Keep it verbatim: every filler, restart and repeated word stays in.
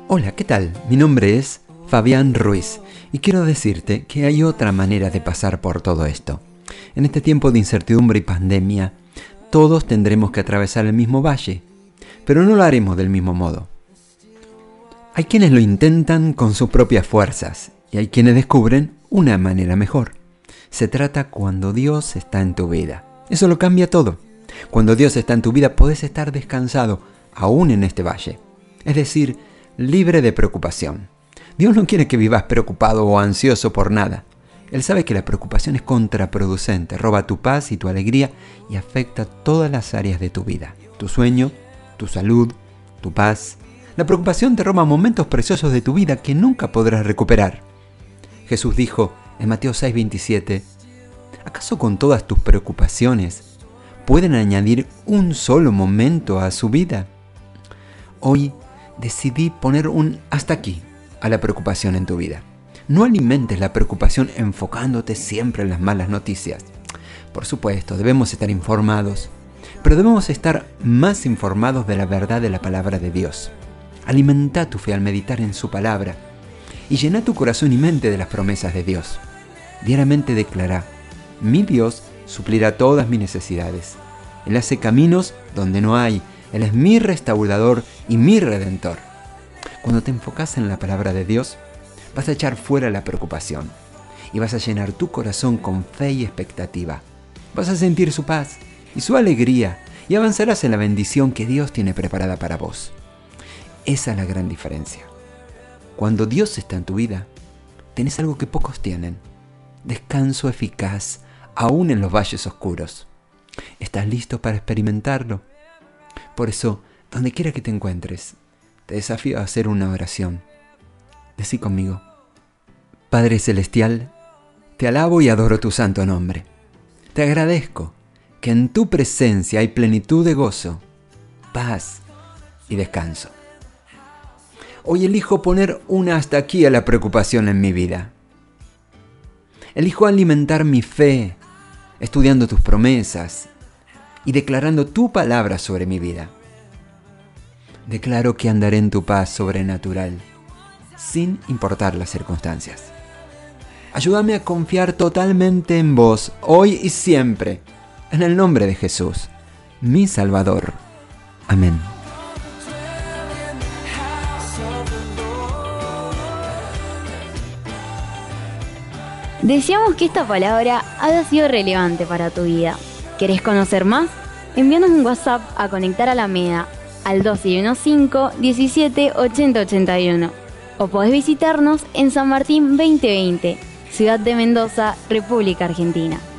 Hola, ¿qué tal? Mi nombre es Fabián Ruiz y quiero decirte que hay otra manera de pasar por todo esto. En este tiempo de incertidumbre y pandemia, todos tendremos que atravesar el mismo valle, pero no lo haremos del mismo modo. Hay quienes lo intentan con sus propias fuerzas y hay quienes descubren una manera mejor. Se trata cuando Dios está en tu vida. Eso lo cambia todo. Cuando Dios está en tu vida, podés estar descansado, aún en este valle. Es decir, libre de preocupación. Dios no quiere que vivas preocupado o ansioso por nada. Él sabe que la preocupación es contraproducente, roba tu paz y tu alegría y afecta todas las áreas de tu vida. Tu sueño, tu salud, tu paz. La preocupación te roba momentos preciosos de tu vida que nunca podrás recuperar. Jesús dijo en Mateo seis veintisiete, ¿acaso con todas tus preocupaciones pueden añadir un solo momento a su vida? Hoy decidí poner un hasta aquí a la preocupación en tu vida. No alimentes la preocupación enfocándote siempre en las malas noticias. Por supuesto, debemos estar informados, pero debemos estar más informados de la verdad de la palabra de Dios. Alimenta tu fe al meditar en su palabra y llena tu corazón y mente de las promesas de Dios. Diariamente declara, mi Dios suplirá todas mis necesidades. Él hace caminos donde no hay. Él es mi restaurador y mi redentor. Cuando te enfocas en la palabra de Dios, vas a echar fuera la preocupación y vas a llenar tu corazón con fe y expectativa. Vas a sentir su paz y su alegría y avanzarás en la bendición que Dios tiene preparada para vos. Esa es la gran diferencia. Cuando Dios está en tu vida, tenés algo que pocos tienen. Descanso eficaz, aún en los valles oscuros. ¿Estás listo para experimentarlo? Por eso, donde quiera que te encuentres, te desafío a hacer una oración. Decí conmigo, Padre Celestial, te alabo y adoro tu santo nombre. Te agradezco que en tu presencia hay plenitud de gozo, paz y descanso. Hoy elijo poner una hasta aquí a la preocupación en mi vida. Elijo alimentar mi fe, estudiando tus promesas y declarando tu palabra sobre mi vida. Declaro que andaré en tu paz sobrenatural, sin importar las circunstancias. Ayúdame a confiar totalmente en vos, hoy y siempre, en el nombre de Jesús, mi Salvador. Amén. Deseamos que esta palabra haya sido relevante para tu vida. ¿Querés conocer más? Envíanos un WhatsApp a Conectar Alameda al dos uno cinco, diecisiete, ochenta, ochenta y uno o podés visitarnos en San Martín veinte veinte, Ciudad de Mendoza, República Argentina.